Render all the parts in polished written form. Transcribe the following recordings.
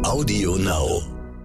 Audio Now.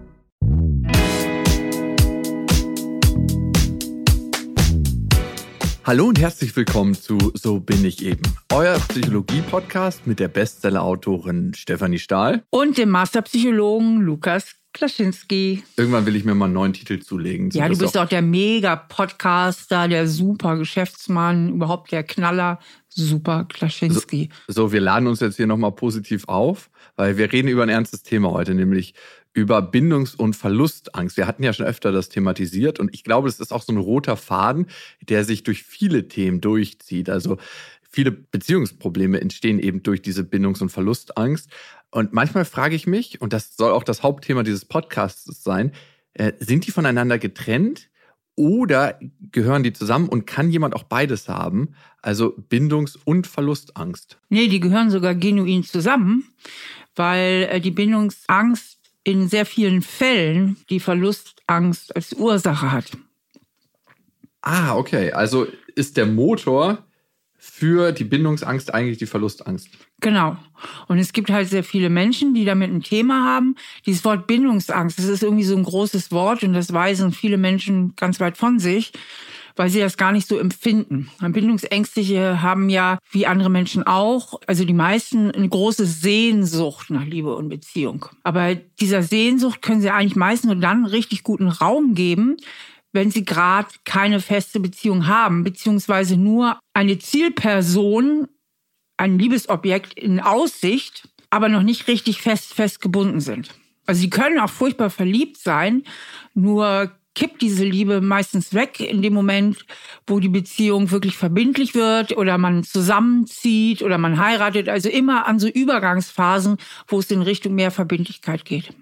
Hallo und herzlich willkommen zu So bin ich eben, euer Psychologie-Podcast mit der Bestseller-Autorin Stefanie Stahl und dem Masterpsychologen Lukas Klaschinski. Irgendwann will ich mir mal einen neuen Titel zulegen. Ja, du bist auch der Mega-Podcaster, der Super-Geschäftsmann, überhaupt der Knaller, Super Klaschinski. So, wir laden uns jetzt hier nochmal positiv auf, weil wir reden über ein ernstes Thema heute, nämlich über Bindungs- und Verlustangst. Wir hatten ja schon öfter das thematisiert und ich glaube, das ist auch so ein roter Faden, der sich durch viele Themen durchzieht. Also viele Beziehungsprobleme entstehen eben durch diese Bindungs- und Verlustangst. Und manchmal frage ich mich, und das soll auch das Hauptthema dieses Podcasts sein, sind die voneinander getrennt oder gehören die zusammen und kann jemand auch beides haben? Also Bindungs- und Verlustangst. Nee, die gehören sogar genuin zusammen, weil die Bindungsangst in sehr vielen Fällen die Verlustangst als Ursache hat. Ah, okay. Also ist der Motor für die Bindungsangst eigentlich die Verlustangst. Genau. Und es gibt halt sehr viele Menschen, die damit ein Thema haben. Dieses Wort Bindungsangst, das ist irgendwie so ein großes Wort und das weisen viele Menschen ganz weit von sich, weil sie das gar nicht so empfinden. Bindungsängstliche haben ja, wie andere Menschen auch, also die meisten, eine große Sehnsucht nach Liebe und Beziehung. Aber dieser Sehnsucht können sie eigentlich meistens nur dann richtig guten Raum geben, wenn sie gerade keine feste Beziehung haben, beziehungsweise nur eine Zielperson, ein Liebesobjekt in Aussicht, aber noch nicht richtig fest gebunden sind. Also sie können auch furchtbar verliebt sein, nur kippt diese Liebe meistens weg in dem Moment, wo die Beziehung wirklich verbindlich wird oder man zusammenzieht oder man heiratet. Also immer an so Übergangsphasen, wo es in Richtung mehr Verbindlichkeit geht.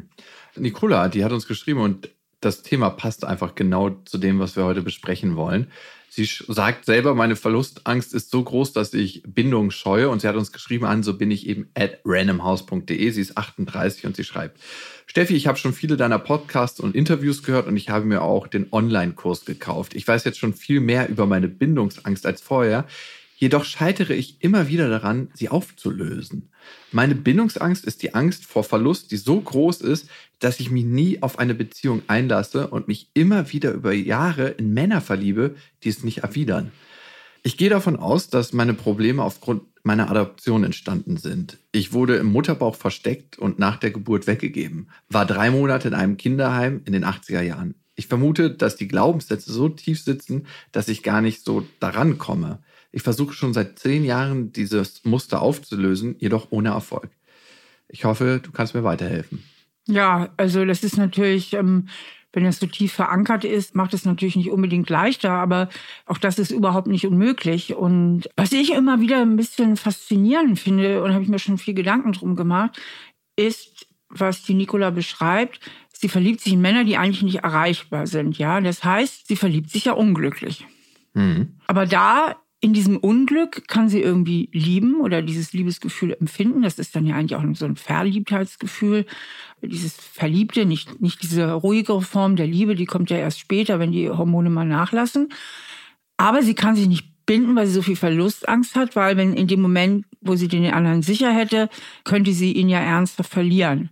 Nicola, die hat uns geschrieben und das Thema passt einfach genau zu dem, was wir heute besprechen wollen. Sie sagt selber, meine Verlustangst ist so groß, dass ich Bindung scheue. Und sie hat uns geschrieben an, so bin ich eben @randomhouse.de. Sie ist 38 und sie schreibt: Steffi, ich habe schon viele deiner Podcasts und Interviews gehört und ich habe mir auch den Online-Kurs gekauft. Ich weiß jetzt schon viel mehr über meine Bindungsangst als vorher. Jedoch scheitere ich immer wieder daran, sie aufzulösen. Meine Bindungsangst ist die Angst vor Verlust, die so groß ist, dass ich mich nie auf eine Beziehung einlasse und mich immer wieder über Jahre in Männer verliebe, die es nicht erwidern. Ich gehe davon aus, dass meine Probleme aufgrund meiner Adoption entstanden sind. Ich wurde im Mutterbauch versteckt und nach der Geburt weggegeben, war 3 Monate in einem Kinderheim in den 80er Jahren. Ich vermute, dass die Glaubenssätze so tief sitzen, dass ich gar nicht so daran komme. Ich versuche schon seit 10 Jahren, dieses Muster aufzulösen, jedoch ohne Erfolg. Ich hoffe, du kannst mir weiterhelfen. Ja, also das ist natürlich, wenn das so tief verankert ist, macht es natürlich nicht unbedingt leichter, aber auch das ist überhaupt nicht unmöglich. Und was ich immer wieder ein bisschen faszinierend finde, und habe ich mir schon viel Gedanken drum gemacht, ist, was die Nicola beschreibt. Sie verliebt sich in Männer, die eigentlich nicht erreichbar sind. Ja, das heißt, sie verliebt sich ja unglücklich. Aber da in diesem Unglück kann sie irgendwie lieben oder dieses Liebesgefühl empfinden. Das ist dann ja eigentlich auch so ein Verliebtheitsgefühl. Dieses Verliebte, nicht diese ruhigere Form der Liebe, die kommt ja erst später, wenn die Hormone mal nachlassen. Aber sie kann sich nicht binden, weil sie so viel Verlustangst hat, weil wenn in dem Moment, wo sie den anderen sicher hätte, könnte sie ihn ja ernsthaft verlieren.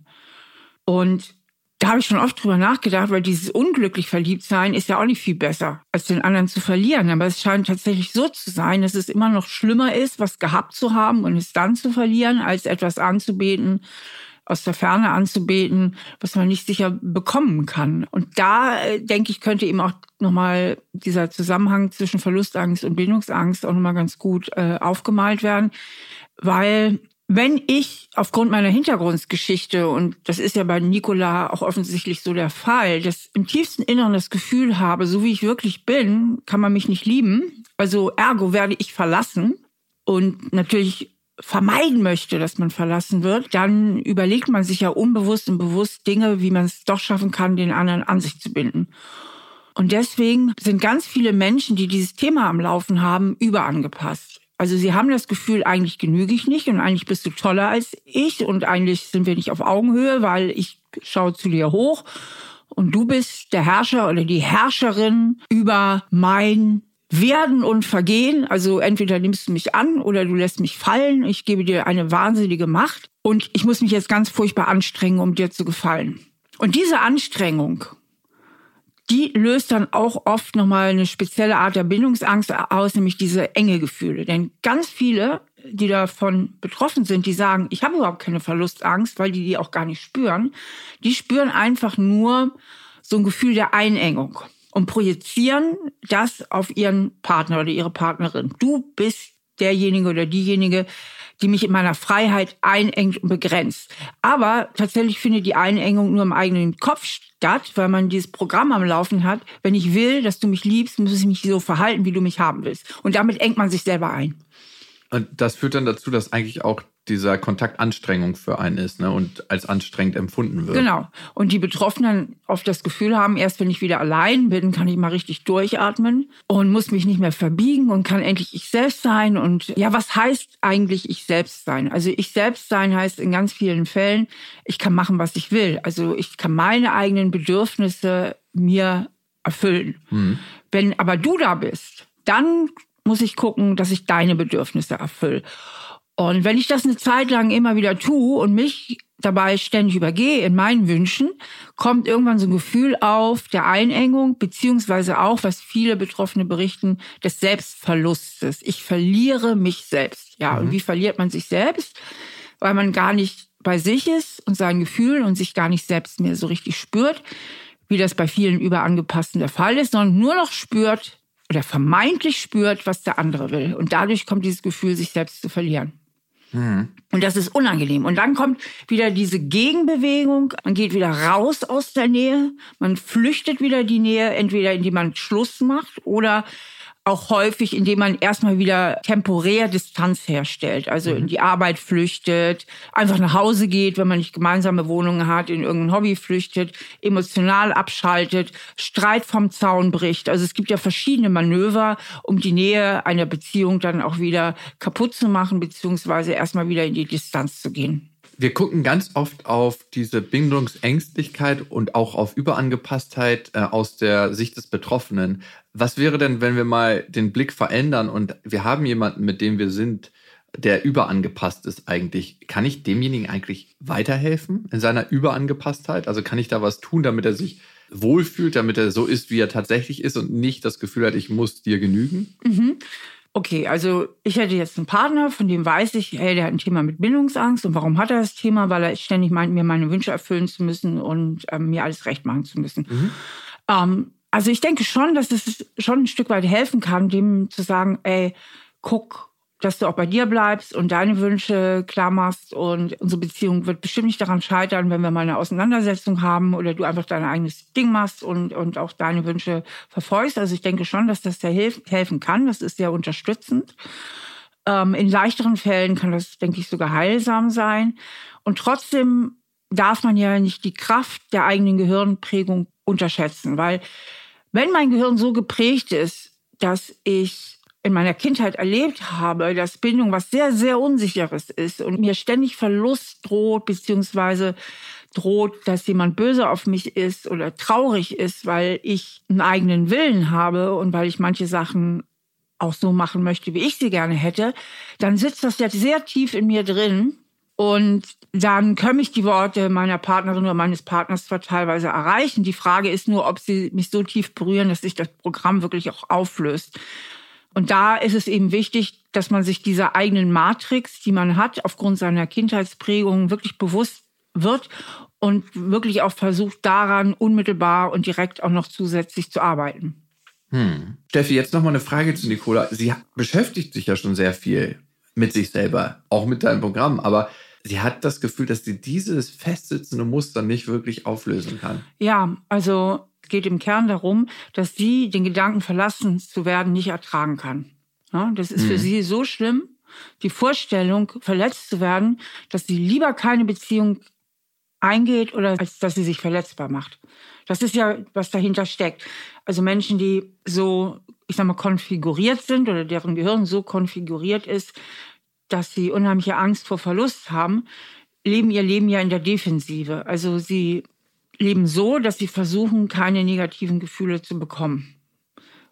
Und da habe ich schon oft drüber nachgedacht, weil dieses unglücklich Verliebtsein ist ja auch nicht viel besser, als den anderen zu verlieren. Aber es scheint tatsächlich so zu sein, dass es immer noch schlimmer ist, was gehabt zu haben und es dann zu verlieren, als etwas anzubeten, aus der Ferne anzubeten, was man nicht sicher bekommen kann. Und da, denke ich, könnte eben auch nochmal dieser Zusammenhang zwischen Verlustangst und Bindungsangst auch nochmal ganz gut aufgemalt werden, weil wenn ich aufgrund meiner Hintergrundgeschichte, und das ist ja bei Nicola auch offensichtlich so der Fall, dass im tiefsten Inneren das Gefühl habe, so wie ich wirklich bin, kann man mich nicht lieben, also ergo werde ich verlassen und natürlich vermeiden möchte, dass man verlassen wird, dann überlegt man sich ja unbewusst und bewusst Dinge, wie man es doch schaffen kann, den anderen an sich zu binden. Und deswegen sind ganz viele Menschen, die dieses Thema am Laufen haben, überangepasst. Also sie haben das Gefühl, eigentlich genüge ich nicht und eigentlich bist du toller als ich und eigentlich sind wir nicht auf Augenhöhe, weil ich schaue zu dir hoch und du bist der Herrscher oder die Herrscherin über mein Werden und Vergehen. Also entweder nimmst du mich an oder du lässt mich fallen. Ich gebe dir eine wahnsinnige Macht und ich muss mich jetzt ganz furchtbar anstrengen, um dir zu gefallen. Und diese Anstrengung, die löst dann auch oft nochmal eine spezielle Art der Bindungsangst aus, nämlich diese enge Gefühle. Denn ganz viele, die davon betroffen sind, die sagen, ich habe überhaupt keine Verlustangst, weil die auch gar nicht spüren. Die spüren einfach nur so ein Gefühl der Einengung und projizieren das auf ihren Partner oder ihre Partnerin. Du bist derjenige oder diejenige, die mich in meiner Freiheit einengt und begrenzt. Aber tatsächlich findet die Einengung nur im eigenen Kopf statt, weil man dieses Programm am Laufen hat. Wenn ich will, dass du mich liebst, muss ich mich so verhalten, wie du mich haben willst. Und damit engt man sich selber ein. Und das führt dann dazu, dass eigentlich auch dieser Kontakt Anstrengung für einen ist, ne, und als anstrengend empfunden wird. Genau. Und die Betroffenen oft das Gefühl haben, erst wenn ich wieder allein bin, kann ich mal richtig durchatmen und muss mich nicht mehr verbiegen und kann endlich ich selbst sein. Und ja, was heißt eigentlich ich selbst sein? Also ich selbst sein heißt in ganz vielen Fällen, ich kann machen, was ich will. Also ich kann meine eigenen Bedürfnisse mir erfüllen. Wenn aber du da bist, dann muss ich gucken, dass ich deine Bedürfnisse erfülle. Und wenn ich das eine Zeit lang immer wieder tue und mich dabei ständig übergehe in meinen Wünschen, kommt irgendwann so ein Gefühl auf der Einengung, beziehungsweise auch, was viele Betroffene berichten, des Selbstverlustes. Ich verliere mich selbst. Ja, und wie verliert man sich selbst? Weil man gar nicht bei sich ist und seinen Gefühlen und sich gar nicht selbst mehr so richtig spürt, wie das bei vielen Überangepassten der Fall ist, sondern nur noch spürt oder vermeintlich spürt, was der andere will. Und dadurch kommt dieses Gefühl, sich selbst zu verlieren. Und das ist unangenehm. Und dann kommt wieder diese Gegenbewegung. Man geht wieder raus aus der Nähe. Man flüchtet wieder die Nähe, entweder indem man Schluss macht oder auch häufig, indem man erstmal wieder temporär Distanz herstellt. Also in die Arbeit flüchtet, einfach nach Hause geht, wenn man nicht gemeinsame Wohnungen hat, in irgendein Hobby flüchtet, emotional abschaltet, Streit vom Zaun bricht. Also es gibt ja verschiedene Manöver, um die Nähe einer Beziehung dann auch wieder kaputt zu machen, beziehungsweise erstmal wieder in die Distanz zu gehen. Wir gucken ganz oft auf diese Bindungsängstlichkeit und auch auf Überangepasstheit aus der Sicht des Betroffenen. Was wäre denn, wenn wir mal den Blick verändern und wir haben jemanden, mit dem wir sind, der überangepasst ist eigentlich? Kann ich demjenigen eigentlich weiterhelfen in seiner Überangepasstheit? Also kann ich da was tun, damit er sich wohlfühlt, damit er so ist, wie er tatsächlich ist und nicht das Gefühl hat, ich muss dir genügen? Okay, also ich hätte jetzt einen Partner, von dem weiß ich, hey, der hat ein Thema mit Bindungsangst. Und warum hat er das Thema? Weil er ständig meint, mir meine Wünsche erfüllen zu müssen und mir alles recht machen zu müssen. Also ich denke schon, dass es schon ein Stück weit helfen kann, dem zu sagen, ey, guck, dass du auch bei dir bleibst und deine Wünsche klar machst. Und unsere Beziehung wird bestimmt nicht daran scheitern, wenn wir mal eine Auseinandersetzung haben oder du einfach dein eigenes Ding machst und auch deine Wünsche verfolgst. Also ich denke schon, dass das sehr helfen kann. Das ist sehr unterstützend. In leichteren Fällen kann das, denke ich, sogar heilsam sein. Und trotzdem darf man ja nicht die Kraft der eigenen Gehirnprägung unterschätzen. Weil wenn mein Gehirn so geprägt ist, dass ich in meiner Kindheit erlebt habe, dass Bindung was sehr, sehr Unsicheres ist und mir ständig Verlust droht, beziehungsweise droht, dass jemand böse auf mich ist oder traurig ist, weil ich einen eigenen Willen habe und weil ich manche Sachen auch so machen möchte, wie ich sie gerne hätte, dann sitzt das jetzt sehr tief in mir drin. Und dann können mich die Worte meiner Partnerin oder meines Partners zwar teilweise erreichen. Die Frage ist nur, ob sie mich so tief berühren, dass sich das Programm wirklich auch auflöst. Und da ist es eben wichtig, dass man sich dieser eigenen Matrix, die man hat, aufgrund seiner Kindheitsprägung wirklich bewusst wird und wirklich auch versucht, daran unmittelbar und direkt auch noch zusätzlich zu arbeiten. Steffi, jetzt noch mal eine Frage zu Nicola. Sie beschäftigt sich ja schon sehr viel mit sich selber, auch mit deinem Programm, aber sie hat das Gefühl, dass sie dieses festsitzende Muster nicht wirklich auflösen kann. Ja, also es geht im Kern darum, dass sie den Gedanken, verlassen zu werden, nicht ertragen kann. Ja, das ist für sie so schlimm, die Vorstellung, verletzt zu werden, dass sie lieber keine Beziehung eingeht oder als dass sie sich verletzbar macht. Das ist ja, was dahinter steckt. Also Menschen, die so, ich sag mal, konfiguriert sind oder deren Gehirn so konfiguriert ist, dass sie unheimliche Angst vor Verlust haben, leben ihr Leben ja in der Defensive. Also sie leben so, dass sie versuchen, keine negativen Gefühle zu bekommen.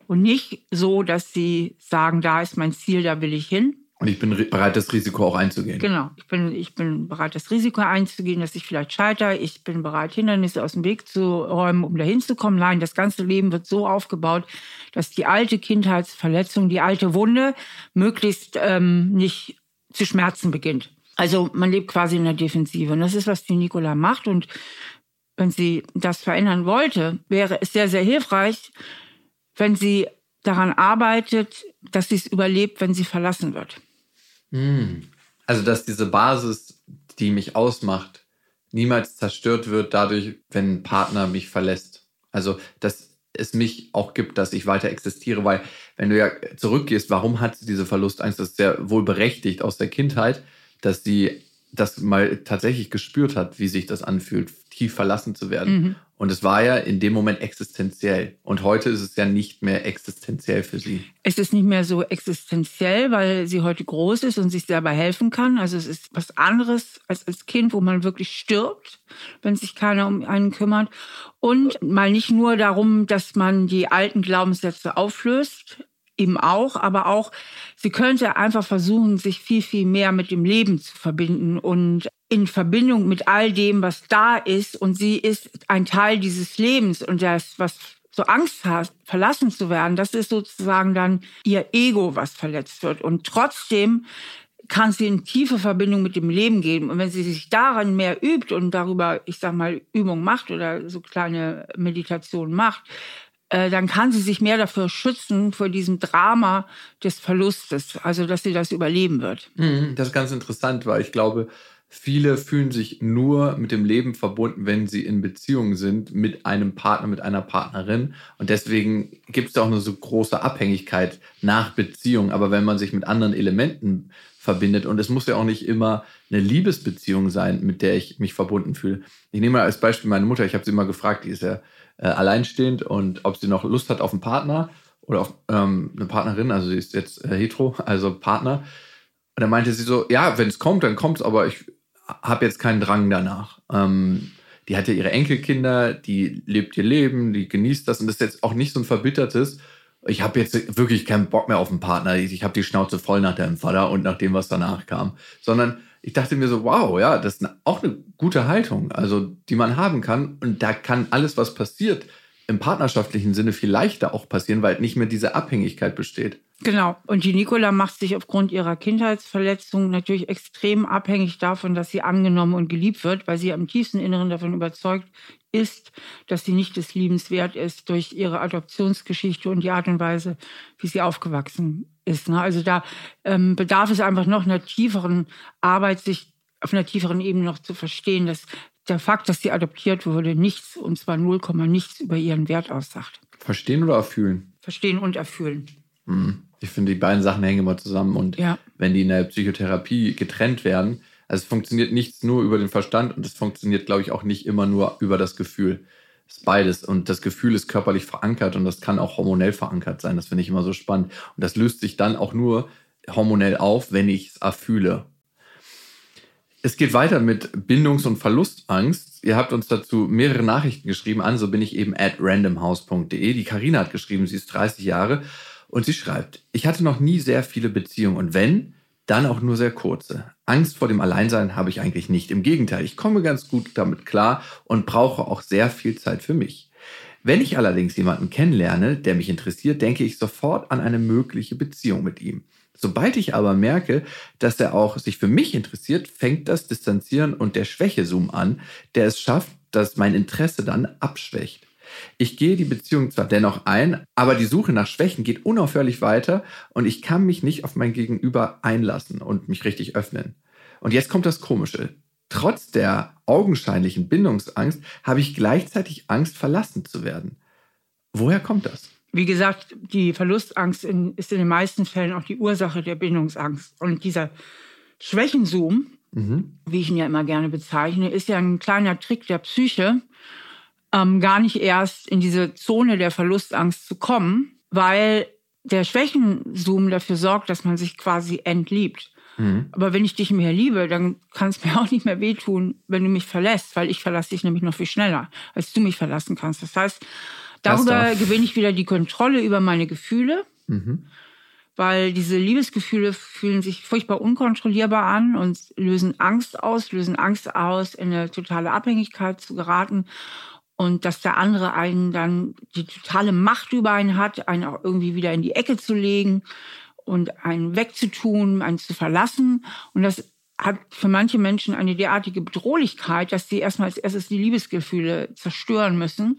Und nicht so, dass sie sagen, da ist mein Ziel, da will ich hin. Und ich bin bereit, das Risiko auch einzugehen. Genau, ich bin bereit, das Risiko einzugehen, dass ich vielleicht scheitere. Ich bin bereit, Hindernisse aus dem Weg zu räumen, um dahin zu kommen. Nein, das ganze Leben wird so aufgebaut, dass die alte Kindheitsverletzung, die alte Wunde möglichst nicht zu schmerzen beginnt. Also man lebt quasi in der Defensive. Und das ist, was die Nicola macht. Und wenn sie das verändern wollte, wäre es sehr, sehr hilfreich, wenn sie daran arbeitet, dass sie es überlebt, wenn sie verlassen wird. Also, dass diese Basis, die mich ausmacht, niemals zerstört wird dadurch, wenn ein Partner mich verlässt. Also, dass es mich auch gibt, dass ich weiter existiere, weil wenn du ja zurückgehst, warum hat sie diese Verlustangst? Das ist sehr wohl berechtigt aus der Kindheit, dass sie das mal tatsächlich gespürt hat, wie sich das anfühlt, tief verlassen zu werden. Und es war ja in dem Moment existenziell. Und heute ist es ja nicht mehr existenziell für sie. Es ist nicht mehr so existenziell, weil sie heute groß ist und sich selber helfen kann. Also es ist was anderes als Kind, wo man wirklich stirbt, wenn sich keiner um einen kümmert. Und mal nicht nur darum, dass man die alten Glaubenssätze auflöst, eben auch, aber auch, sie könnte einfach versuchen, sich viel, viel mehr mit dem Leben zu verbinden und in Verbindung mit all dem, was da ist. Und sie ist ein Teil dieses Lebens und das, was so Angst hat, verlassen zu werden, das ist sozusagen dann ihr Ego, was verletzt wird. Und trotzdem kann sie in tiefe Verbindung mit dem Leben gehen. Und wenn sie sich daran mehr übt und darüber, ich sag mal, Übung macht oder so kleine Meditationen macht, dann kann sie sich mehr dafür schützen, vor diesem Drama des Verlustes, also dass sie das überleben wird. Das ist ganz interessant, weil ich glaube, viele fühlen sich nur mit dem Leben verbunden, wenn sie in Beziehung sind mit einem Partner, mit einer Partnerin. Und deswegen gibt es da auch eine so große Abhängigkeit nach Beziehung. Aber wenn man sich mit anderen Elementen verbindet, und es muss ja auch nicht immer eine Liebesbeziehung sein, mit der ich mich verbunden fühle. Ich nehme mal als Beispiel meine Mutter. Ich habe sie mal gefragt, die ist ja alleinstehend, und ob sie noch Lust hat auf einen Partner oder auf eine Partnerin. Also sie ist jetzt hetero, also Partner. Und dann meinte sie so, ja, wenn es kommt, dann kommt es, aber ich habe jetzt keinen Drang danach. Die hat ja ihre Enkelkinder, die lebt ihr Leben, die genießt das, und das ist jetzt auch nicht so ein verbittertes, ich habe jetzt wirklich keinen Bock mehr auf einen Partner, ich habe die Schnauze voll nach deinem Vater und nach dem, was danach kam. Sondern ich dachte mir so, wow, ja, das ist auch eine gute Haltung, also die man haben kann. Und da kann alles, was passiert, im partnerschaftlichen Sinne viel leichter auch passieren, weil nicht mehr diese Abhängigkeit besteht. Genau. Und die Nicola macht sich aufgrund ihrer Kindheitsverletzung natürlich extrem abhängig davon, dass sie angenommen und geliebt wird, weil sie am tiefsten Inneren davon überzeugt ist, dass sie nicht des Liebens wert ist durch ihre Adoptionsgeschichte und die Art und Weise, wie sie aufgewachsen ist. Also da bedarf es einfach noch einer tieferen Arbeit, sich auf einer tieferen Ebene noch zu verstehen, dass der Fakt, dass sie adoptiert wurde, nichts, und zwar 0, nichts über ihren Wert aussagt. Verstehen oder erfühlen? Verstehen und erfühlen. Ich finde, die beiden Sachen hängen immer zusammen. Und wenn die in der Psychotherapie getrennt werden, also es funktioniert nichts nur über den Verstand, und es funktioniert, glaube ich, auch nicht immer nur über das Gefühl. Es ist beides. Und das Gefühl ist körperlich verankert, und das kann auch hormonell verankert sein. Das finde ich immer so spannend. Und das löst sich dann auch nur hormonell auf, wenn ich es erfühle. Es geht weiter mit Bindungs- und Verlustangst. Ihr habt uns dazu mehrere Nachrichten geschrieben. So bin ich eben @randomhouse.de. Die Carina hat geschrieben, sie ist 30 Jahre und sie schreibt: Ich hatte noch nie sehr viele Beziehungen, und wenn, dann auch nur sehr kurze. Angst vor dem Alleinsein habe ich eigentlich nicht. Im Gegenteil, ich komme ganz gut damit klar und brauche auch sehr viel Zeit für mich. Wenn ich allerdings jemanden kennenlerne, der mich interessiert, denke ich sofort an eine mögliche Beziehung mit ihm. Sobald ich aber merke, dass er auch sich für mich interessiert, fängt das Distanzieren und der Schwächezoom an, der es schafft, dass mein Interesse dann abschwächt. Ich gehe die Beziehung zwar dennoch ein, aber die Suche nach Schwächen geht unaufhörlich weiter, und ich kann mich nicht auf mein Gegenüber einlassen und mich richtig öffnen. Und jetzt kommt das Komische. Trotz der augenscheinlichen Bindungsangst habe ich gleichzeitig Angst, verlassen zu werden. Woher kommt das? Wie gesagt, die Verlustangst ist in den meisten Fällen auch die Ursache der Bindungsangst. Und dieser Schwächenzoom, wie ich ihn ja immer gerne bezeichne, ist ja ein kleiner Trick der Psyche, gar nicht erst in diese Zone der Verlustangst zu kommen, weil der Schwächenzoom dafür sorgt, dass man sich quasi entliebt. Aber wenn ich dich mehr liebe, dann kann es mir auch nicht mehr wehtun, wenn du mich verlässt, weil ich verlasse dich nämlich noch viel schneller, als du mich verlassen kannst. Das heißt, Darüber gewinne ich wieder die Kontrolle über meine Gefühle, weil diese Liebesgefühle fühlen sich furchtbar unkontrollierbar an und lösen Angst aus, in eine totale Abhängigkeit zu geraten. Und dass der andere einen dann die totale Macht über einen hat, einen auch irgendwie wieder in die Ecke zu legen und einen wegzutun, einen zu verlassen. Und das hat für manche Menschen eine derartige Bedrohlichkeit, dass sie erstmal als erstes die Liebesgefühle zerstören müssen,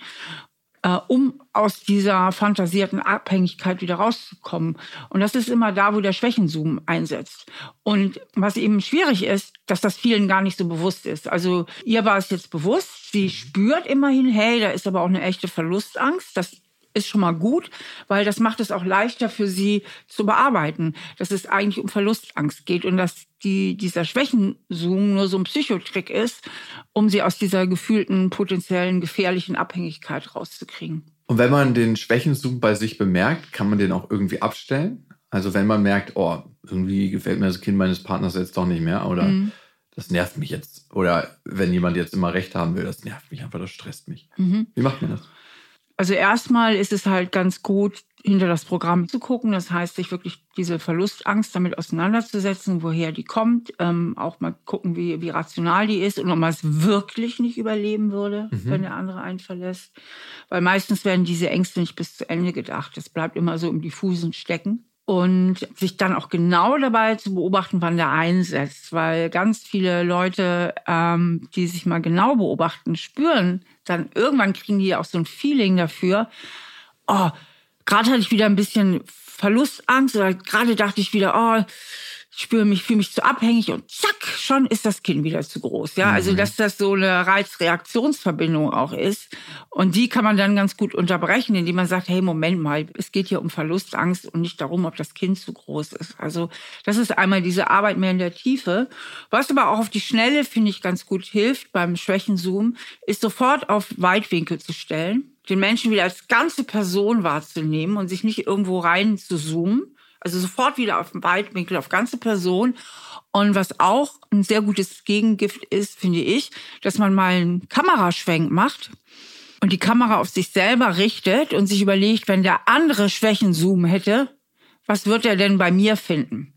um aus dieser fantasierten Abhängigkeit wieder rauszukommen. Und das ist immer da, wo der Schwächenzoom einsetzt. Und was eben schwierig ist, dass das vielen gar nicht so bewusst ist. Also ihr war es jetzt bewusst, sie spürt immerhin, hey, da ist aber auch eine echte Verlustangst. Das ist schon mal gut, weil das macht es auch leichter für sie zu bearbeiten, dass es eigentlich um Verlustangst geht und dass dieser Schwächenzoom nur so ein Psychotrick ist, um sie aus dieser gefühlten, potenziellen, gefährlichen Abhängigkeit rauszukriegen. Und wenn man den Schwächenzoom bei sich bemerkt, kann man den auch irgendwie abstellen? Also wenn man merkt, oh, irgendwie gefällt mir das Kind meines Partners jetzt doch nicht mehr oder das nervt mich jetzt. Oder wenn jemand jetzt immer recht haben will, das nervt mich einfach, das stresst mich. Wie macht man das? Also erstmal ist es halt ganz gut, hinter das Programm zu gucken. Das heißt, sich wirklich diese Verlustangst damit auseinanderzusetzen, woher die kommt. Auch mal gucken, wie rational die ist und ob man es wirklich nicht überleben würde, wenn der andere einen verlässt. Weil meistens werden diese Ängste nicht bis zu Ende gedacht. Es bleibt immer so im Diffusen stecken. Und sich dann auch genau dabei zu beobachten, wann der einsetzt. Weil ganz viele Leute, die sich mal genau beobachten, spüren, dann irgendwann kriegen die auch so ein Feeling dafür. Oh, gerade hatte ich wieder ein bisschen Verlustangst oder gerade dachte ich wieder, oh, ich fühle mich zu abhängig und zack, schon ist das Kind wieder zu groß. Ja, also dass das so eine Reiz-Reaktionsverbindung auch ist. Und die kann man dann ganz gut unterbrechen, indem man sagt, hey, Moment mal, es geht hier um Verlustangst und nicht darum, ob das Kind zu groß ist. Also das ist einmal diese Arbeit mehr in der Tiefe. Was aber auch auf die Schnelle, finde ich, ganz gut hilft beim Schwächenzoom, ist sofort auf Weitwinkel zu stellen, den Menschen wieder als ganze Person wahrzunehmen und sich nicht irgendwo rein zu zoomen. Also sofort wieder auf den Weitwinkel, auf ganze Person. Und was auch ein sehr gutes Gegengift ist, finde ich, dass man mal einen Kameraschwenk macht und die Kamera auf sich selber richtet und sich überlegt, wenn der andere Schwächenzoom hätte, was wird er denn bei mir finden?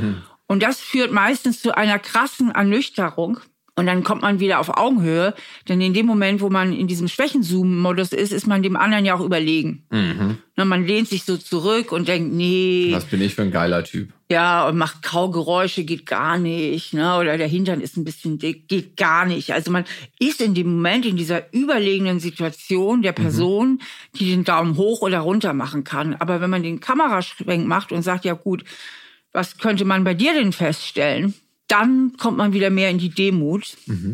Und das führt meistens zu einer krassen Ernüchterung. Und dann kommt man wieder auf Augenhöhe. Denn in dem Moment, wo man in diesem Schwächenzoom-Modus ist man dem anderen ja auch überlegen. Na, man lehnt sich so zurück und denkt, nee. Was bin ich für ein geiler Typ? Ja, und macht Kaugeräusche, geht gar nicht. Ne? Oder der Hintern ist ein bisschen dick, geht gar nicht. Also man ist in dem Moment in dieser überlegenen Situation der Person, die den Daumen hoch oder runter machen kann. Aber wenn man den Kameraschwenk macht und sagt, ja gut, was könnte man bei dir denn feststellen? Dann kommt man wieder mehr in die Demut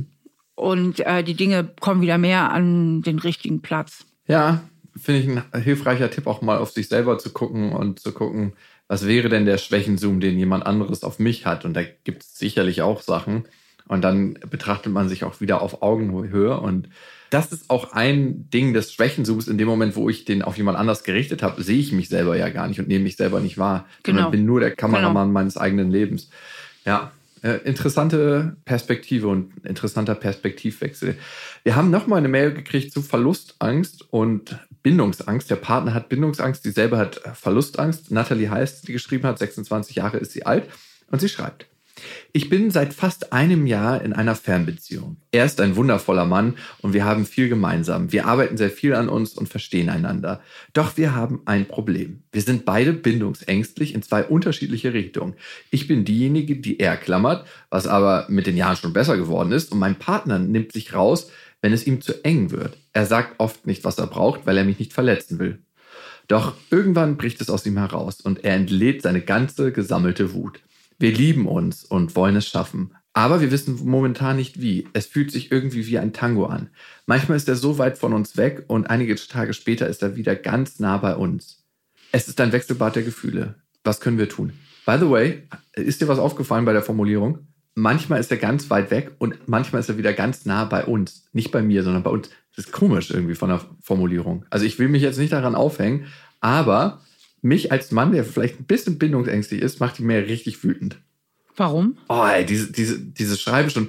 und die Dinge kommen wieder mehr an den richtigen Platz. Ja, finde ich ein hilfreicher Tipp, auch mal auf sich selber zu gucken und zu gucken, was wäre denn der Schwächenzoom, den jemand anderes auf mich hat. Und da gibt es sicherlich auch Sachen. Und dann betrachtet man sich auch wieder auf Augenhöhe. Und das ist auch ein Ding des Schwächenzooms. In dem Moment, wo ich den auf jemand anders gerichtet habe, sehe ich mich selber ja gar nicht und nehme mich selber nicht wahr. Genau. Sondern bin nur der Kameramann meines eigenen Lebens. Ja. Interessante Perspektive und interessanter Perspektivwechsel. Wir haben nochmal eine Mail gekriegt zu Verlustangst und Bindungsangst. Der Partner hat Bindungsangst, die selber hat Verlustangst. Natalie heißt, die geschrieben hat, 26 Jahre ist sie alt und sie schreibt: Ich bin seit fast einem Jahr in einer Fernbeziehung. Er ist ein wundervoller Mann und wir haben viel gemeinsam. Wir arbeiten sehr viel an uns und verstehen einander. Doch wir haben ein Problem. Wir sind beide bindungsängstlich in zwei unterschiedliche Richtungen. Ich bin diejenige, die er klammert, was aber mit den Jahren schon besser geworden ist. Und mein Partner nimmt sich raus, wenn es ihm zu eng wird. Er sagt oft nicht, was er braucht, weil er mich nicht verletzen will. Doch irgendwann bricht es aus ihm heraus und er entlädt seine ganze gesammelte Wut. Wir lieben uns und wollen es schaffen. Aber wir wissen momentan nicht wie. Es fühlt sich irgendwie wie ein Tango an. Manchmal ist er so weit von uns weg und einige Tage später ist er wieder ganz nah bei uns. Es ist ein Wechselbad der Gefühle. Was können wir tun? By the way, ist dir was aufgefallen bei der Formulierung? Manchmal ist er ganz weit weg und manchmal ist er wieder ganz nah bei uns. Nicht bei mir, sondern bei uns. Das ist komisch irgendwie von der Formulierung. Also ich will mich jetzt nicht daran aufhängen, aber mich als Mann, der vielleicht ein bisschen bindungsängstlich ist, macht die Mail richtig wütend. Warum? Oh, ey, diese Schreibe schon.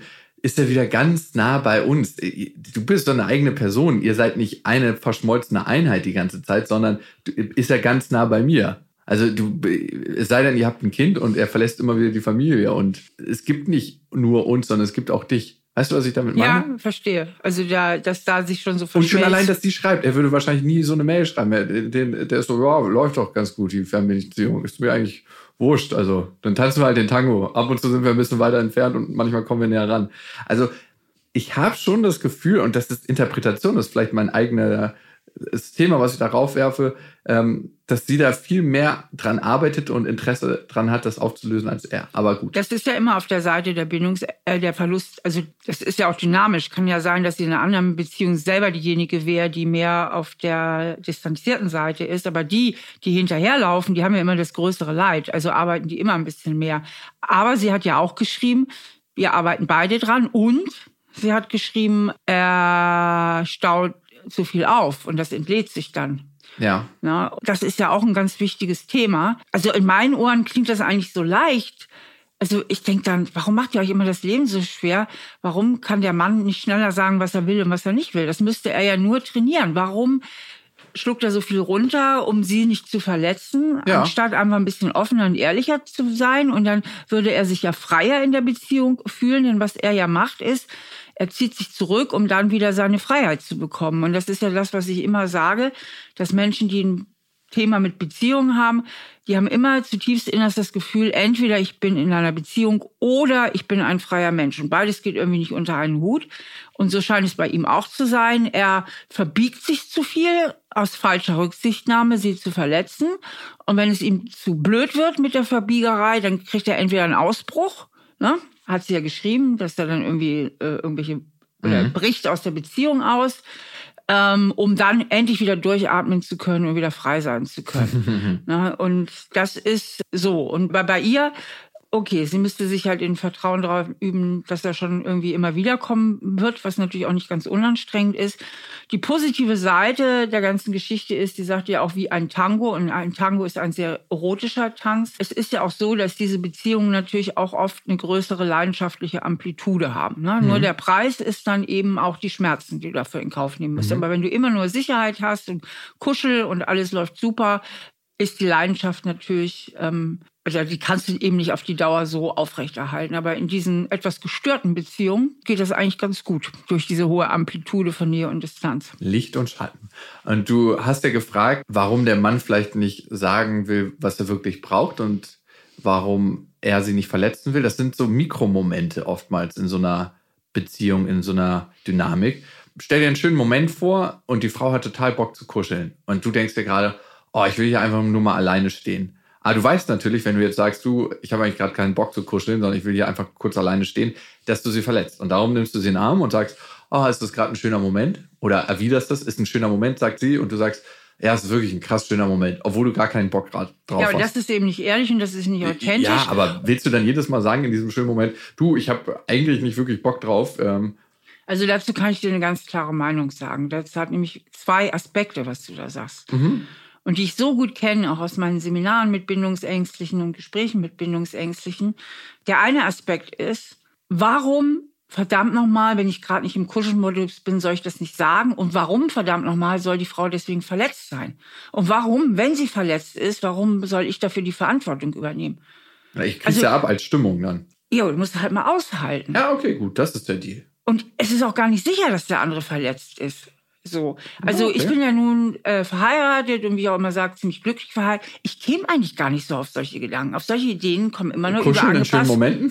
ist er wieder ganz nah bei uns. Du bist doch eine eigene Person. Ihr seid nicht eine verschmolzene Einheit die ganze Zeit, sondern ist er ganz nah bei mir. Also es sei denn, ihr habt ein Kind und er verlässt immer wieder die Familie. Und es gibt nicht nur uns, sondern es gibt auch dich. Weißt du, was ich damit meine? Ja, verstehe. Also dass da sich schon so verschmilzt. Und schon allein, dass die schreibt. Er würde wahrscheinlich nie so eine Mail schreiben. Der ist so, ja, läuft doch ganz gut, die Fernbeziehung. Ist mir eigentlich wurscht. Also dann tanzen wir halt den Tango. Ab und zu sind wir ein bisschen weiter entfernt und manchmal kommen wir näher ran. Also ich habe schon das Gefühl, und das ist Interpretation, das ist vielleicht mein eigenes Thema, was ich darauf werfe, dass sie da viel mehr dran arbeitet und Interesse dran hat, das aufzulösen als er. Aber gut. Das ist ja immer auf der Seite der Verlust. Also das ist ja auch dynamisch. Kann ja sein, dass sie in einer anderen Beziehung selber diejenige wäre, die mehr auf der distanzierten Seite ist. Aber die hinterherlaufen, die haben ja immer das größere Leid. Also arbeiten die immer ein bisschen mehr. Aber sie hat ja auch geschrieben, wir arbeiten beide dran. Und sie hat geschrieben, er staut zu viel auf und das entlädt sich dann. Ja. Na, das ist ja auch ein ganz wichtiges Thema. Also in meinen Ohren klingt das eigentlich so leicht. Also ich denke dann, warum macht ihr euch immer das Leben so schwer? Warum kann der Mann nicht schneller sagen, was er will und was er nicht will? Das müsste er ja nur trainieren. Warum schluckt er so viel runter, um sie nicht zu verletzen, anstatt einfach ein bisschen offener und ehrlicher zu sein? Und dann würde er sich ja freier in der Beziehung fühlen, denn was er ja macht ist, er zieht sich zurück, um dann wieder seine Freiheit zu bekommen. Und das ist ja das, was ich immer sage, dass Menschen, die ein Thema mit Beziehungen haben, die haben immer zutiefst innerst das Gefühl, entweder ich bin in einer Beziehung oder ich bin ein freier Mensch. Und beides geht irgendwie nicht unter einen Hut. Und so scheint es bei ihm auch zu sein. Er verbiegt sich zu viel aus falscher Rücksichtnahme, sie zu verletzen. Und wenn es ihm zu blöd wird mit der Verbiegerei, dann kriegt er entweder einen Ausbruch, ne? Hat sie ja geschrieben, dass er dann irgendwie oder bricht aus der Beziehung aus, um dann endlich wieder durchatmen zu können und wieder frei sein zu können. Na, und das ist so. Und bei ihr, okay, sie müsste sich halt in Vertrauen darauf üben, dass er schon irgendwie immer wiederkommen wird, was natürlich auch nicht ganz unanstrengend ist. Die positive Seite der ganzen Geschichte ist, die sagt ja auch wie ein Tango. Und ein Tango ist ein sehr erotischer Tanz. Es ist ja auch so, dass diese Beziehungen natürlich auch oft eine größere leidenschaftliche Amplitude haben. Ne? Nur der Preis ist dann eben auch die Schmerzen, die du dafür in Kauf nehmen musst. Aber wenn du immer nur Sicherheit hast und Kuschel und alles läuft super, ist die Leidenschaft natürlich, also die kannst du eben nicht auf die Dauer so aufrechterhalten. Aber in diesen etwas gestörten Beziehungen geht das eigentlich ganz gut durch diese hohe Amplitude von Nähe und Distanz. Licht und Schatten. Und du hast ja gefragt, warum der Mann vielleicht nicht sagen will, was er wirklich braucht und warum er sie nicht verletzen will. Das sind so Mikromomente oftmals in so einer Beziehung, in so einer Dynamik. Stell dir einen schönen Moment vor und die Frau hat total Bock zu kuscheln. Und du denkst dir gerade, oh, ich will hier einfach nur mal alleine stehen. Aber du weißt natürlich, wenn du jetzt sagst, ich habe eigentlich gerade keinen Bock zu kuscheln, sondern ich will hier einfach kurz alleine stehen, dass du sie verletzt. Und darum nimmst du sie in den Arm und sagst, oh, ist das gerade ein schöner Moment? Oder erwiderst das, ist ein schöner Moment, sagt sie. Und du sagst, ja, es ist wirklich ein krass schöner Moment, obwohl du gar keinen Bock drauf hast. Ja, aber das ist eben nicht ehrlich und das ist nicht authentisch. Ja, aber willst du dann jedes Mal sagen in diesem schönen Moment, ich habe eigentlich nicht wirklich Bock drauf? Also dazu kann ich dir eine ganz klare Meinung sagen. Das hat nämlich 2 Aspekte, was du da sagst. Und die ich so gut kenne, auch aus meinen Seminaren mit Bindungsängstlichen und Gesprächen mit Bindungsängstlichen. Der eine Aspekt ist, warum, verdammt nochmal, wenn ich gerade nicht im Kuschelmodus bin, soll ich das nicht sagen? Und warum, verdammt nochmal, soll die Frau deswegen verletzt sein? Und warum, wenn sie verletzt ist, warum soll ich dafür die Verantwortung übernehmen? Ich krieg's ja ab als Stimmung dann. Ja, du musst halt mal aushalten. Ja, okay, gut, das ist der Deal. Und es ist auch gar nicht sicher, dass der andere verletzt ist. So, also ich bin ja nun verheiratet und wie ich auch immer sagt, ziemlich glücklich verheiratet. Ich käme eigentlich gar nicht so auf solche Gedanken. Auf solche Ideen kommen immer nur Kuscheln in schönen Momenten?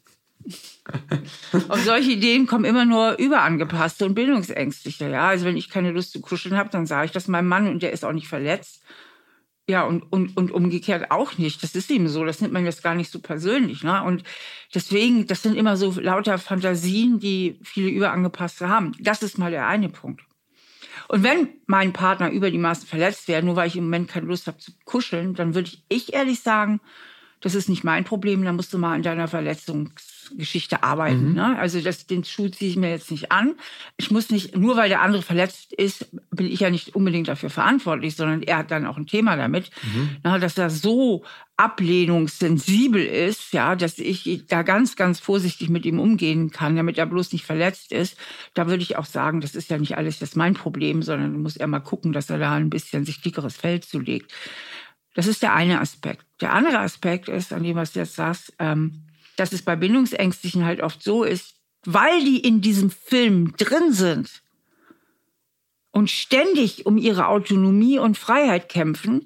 Auf solche Ideen kommen immer nur überangepasste und Bindungsängstliche. Ja, also wenn ich keine Lust zu kuscheln habe, dann sage ich das meinem Mann und der ist auch nicht verletzt. Ja, und umgekehrt auch nicht. Das ist eben so. Das nimmt man jetzt gar nicht so persönlich. Ne? Und deswegen, das sind immer so lauter Fantasien, die viele Überangepasste haben. Das ist mal der eine Punkt. Und wenn mein Partner über die Maßen verletzt wäre, nur weil ich im Moment keine Lust habe zu kuscheln, dann würde ich ehrlich sagen, das ist nicht mein Problem, da musst du mal an deiner Verletzungsgeschichte arbeiten. Ne? Also den Schuh ziehe ich mir jetzt nicht an. Ich muss nicht, nur weil der andere verletzt ist, bin ich ja nicht unbedingt dafür verantwortlich, sondern er hat dann auch ein Thema damit, dass er so ablehnungssensibel ist, ja, dass ich da ganz, ganz vorsichtig mit ihm umgehen kann, damit er bloß nicht verletzt ist. Da würde ich auch sagen, das ist ja nicht alles das mein Problem, sondern muss er mal gucken, dass er da ein bisschen sich dickeres Fell zulegt. Das ist der eine Aspekt. Der andere Aspekt ist, an dem, was du jetzt sagst, dass es bei Bindungsängstlichen halt oft so ist, weil die in diesem Film drin sind und ständig um ihre Autonomie und Freiheit kämpfen,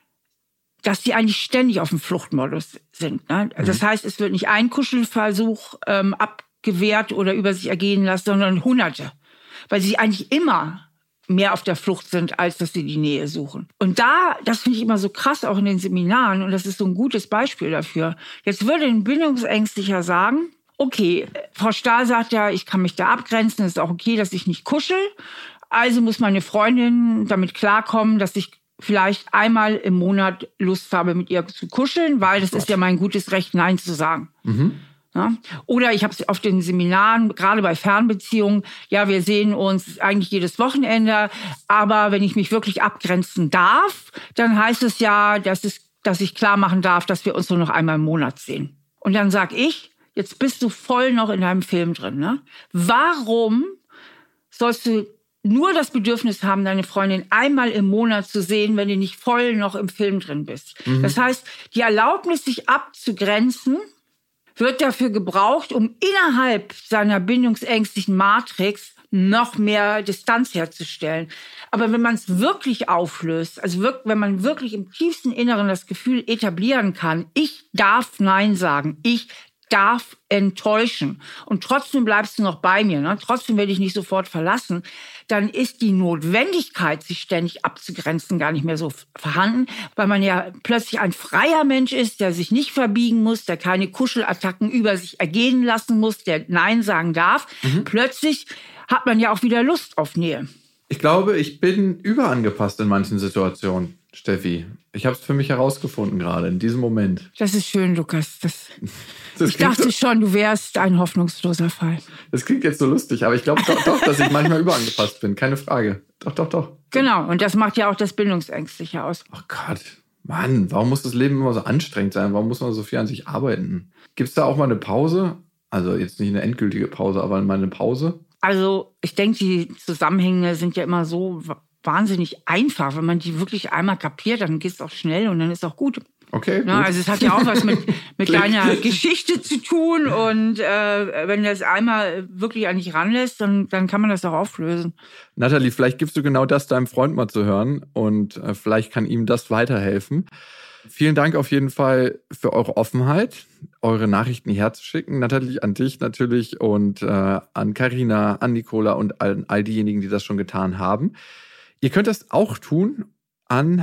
dass die eigentlich ständig auf dem Fluchtmodus sind. Ne? Das heißt, es wird nicht ein Kuschelversuch abgewehrt oder über sich ergehen lassen, sondern Hunderte, weil sie eigentlich immer mehr auf der Flucht sind, als dass sie die Nähe suchen. Und das finde ich immer so krass, auch in den Seminaren, und das ist so ein gutes Beispiel dafür. Jetzt würde ein Bindungsängstlicher sagen, okay, Frau Stahl sagt ja, ich kann mich da abgrenzen, es ist auch okay, dass ich nicht kuschel, also muss meine Freundin damit klarkommen, dass ich vielleicht einmal im Monat Lust habe, mit ihr zu kuscheln, weil das ist ja mein gutes Recht, Nein zu sagen. Ja? Oder ich habe es auf den Seminaren, gerade bei Fernbeziehungen, ja, wir sehen uns eigentlich jedes Wochenende, aber wenn ich mich wirklich abgrenzen darf, dann heißt es ja, dass ich klar machen darf, dass wir uns nur noch einmal im Monat sehen. Und dann sag ich, jetzt bist du voll noch in deinem Film drin. Ne? Warum sollst du nur das Bedürfnis haben, deine Freundin einmal im Monat zu sehen, wenn du nicht voll noch im Film drin bist? Das heißt, die Erlaubnis, sich abzugrenzen, wird dafür gebraucht, um innerhalb seiner bindungsängstlichen Matrix noch mehr Distanz herzustellen. Aber wenn man es wirklich auflöst, also wenn man wirklich im tiefsten Inneren das Gefühl etablieren kann, ich darf Nein sagen, ich darf enttäuschen und trotzdem bleibst du noch bei mir, ne? Trotzdem werde ich nicht sofort verlassen, dann ist die Notwendigkeit, sich ständig abzugrenzen, gar nicht mehr so vorhanden, weil man ja plötzlich ein freier Mensch ist, der sich nicht verbiegen muss, der keine Kuschelattacken über sich ergehen lassen muss, der Nein sagen darf. Plötzlich hat man ja auch wieder Lust auf Nähe. Ich glaube, ich bin überangepasst in manchen Situationen, Steffi. Ich habe es für mich herausgefunden gerade, in diesem Moment. Das ist schön, Lukas. Ich dachte schon, du wärst ein hoffnungsloser Fall. Das klingt jetzt so lustig, aber ich glaube doch, dass ich manchmal überangepasst bin. Keine Frage. Doch. Genau, und das macht ja auch das Bindungsängstliche aus. Oh Gott, Mann, warum muss das Leben immer so anstrengend sein? Warum muss man so viel an sich arbeiten? Gibt es da auch mal eine Pause? Also jetzt nicht eine endgültige Pause, aber mal eine Pause? Also ich denke, die Zusammenhänge sind ja immer so wahnsinnig einfach. Wenn man die wirklich einmal kapiert, dann geht es auch schnell und dann ist auch gut. Okay. Ja, also es hat ja auch was mit deiner Geschichte zu tun. Und wenn das einmal wirklich an dich ranlässt, dann kann man das auch auflösen. Nathalie, vielleicht gibst du genau das deinem Freund mal zu hören und vielleicht kann ihm das weiterhelfen. Vielen Dank auf jeden Fall für eure Offenheit, eure Nachrichten hierher zu schicken. Nathalie, an dich natürlich und an Carina, an Nicola und all diejenigen, die das schon getan haben. Ihr könnt das auch tun an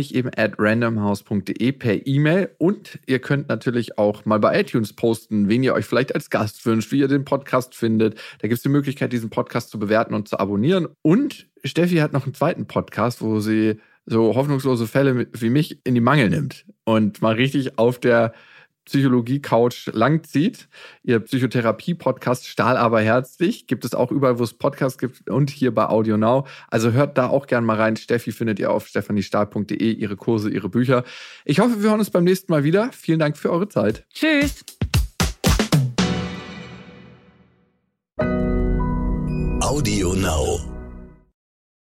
sobinicheben@randomhouse.de per E-Mail und ihr könnt natürlich auch mal bei iTunes posten, wen ihr euch vielleicht als Gast wünscht, wie ihr den Podcast findet. Da gibt es die Möglichkeit, diesen Podcast zu bewerten und zu abonnieren. Und Steffi hat noch einen zweiten Podcast, wo sie so hoffnungslose Fälle wie mich in die Mangel nimmt und mal richtig auf der Psychologie-Couch langzieht. Ihr Psychotherapie-Podcast Stahl aber herzlich gibt es auch überall, wo es Podcasts gibt und hier bei Audio Now. Also hört da auch gerne mal rein. Steffi findet ihr auf stephaniestahl.de, ihre Kurse, ihre Bücher. Ich hoffe, wir hören uns beim nächsten Mal wieder. Vielen Dank für eure Zeit. Tschüss. Audio Now.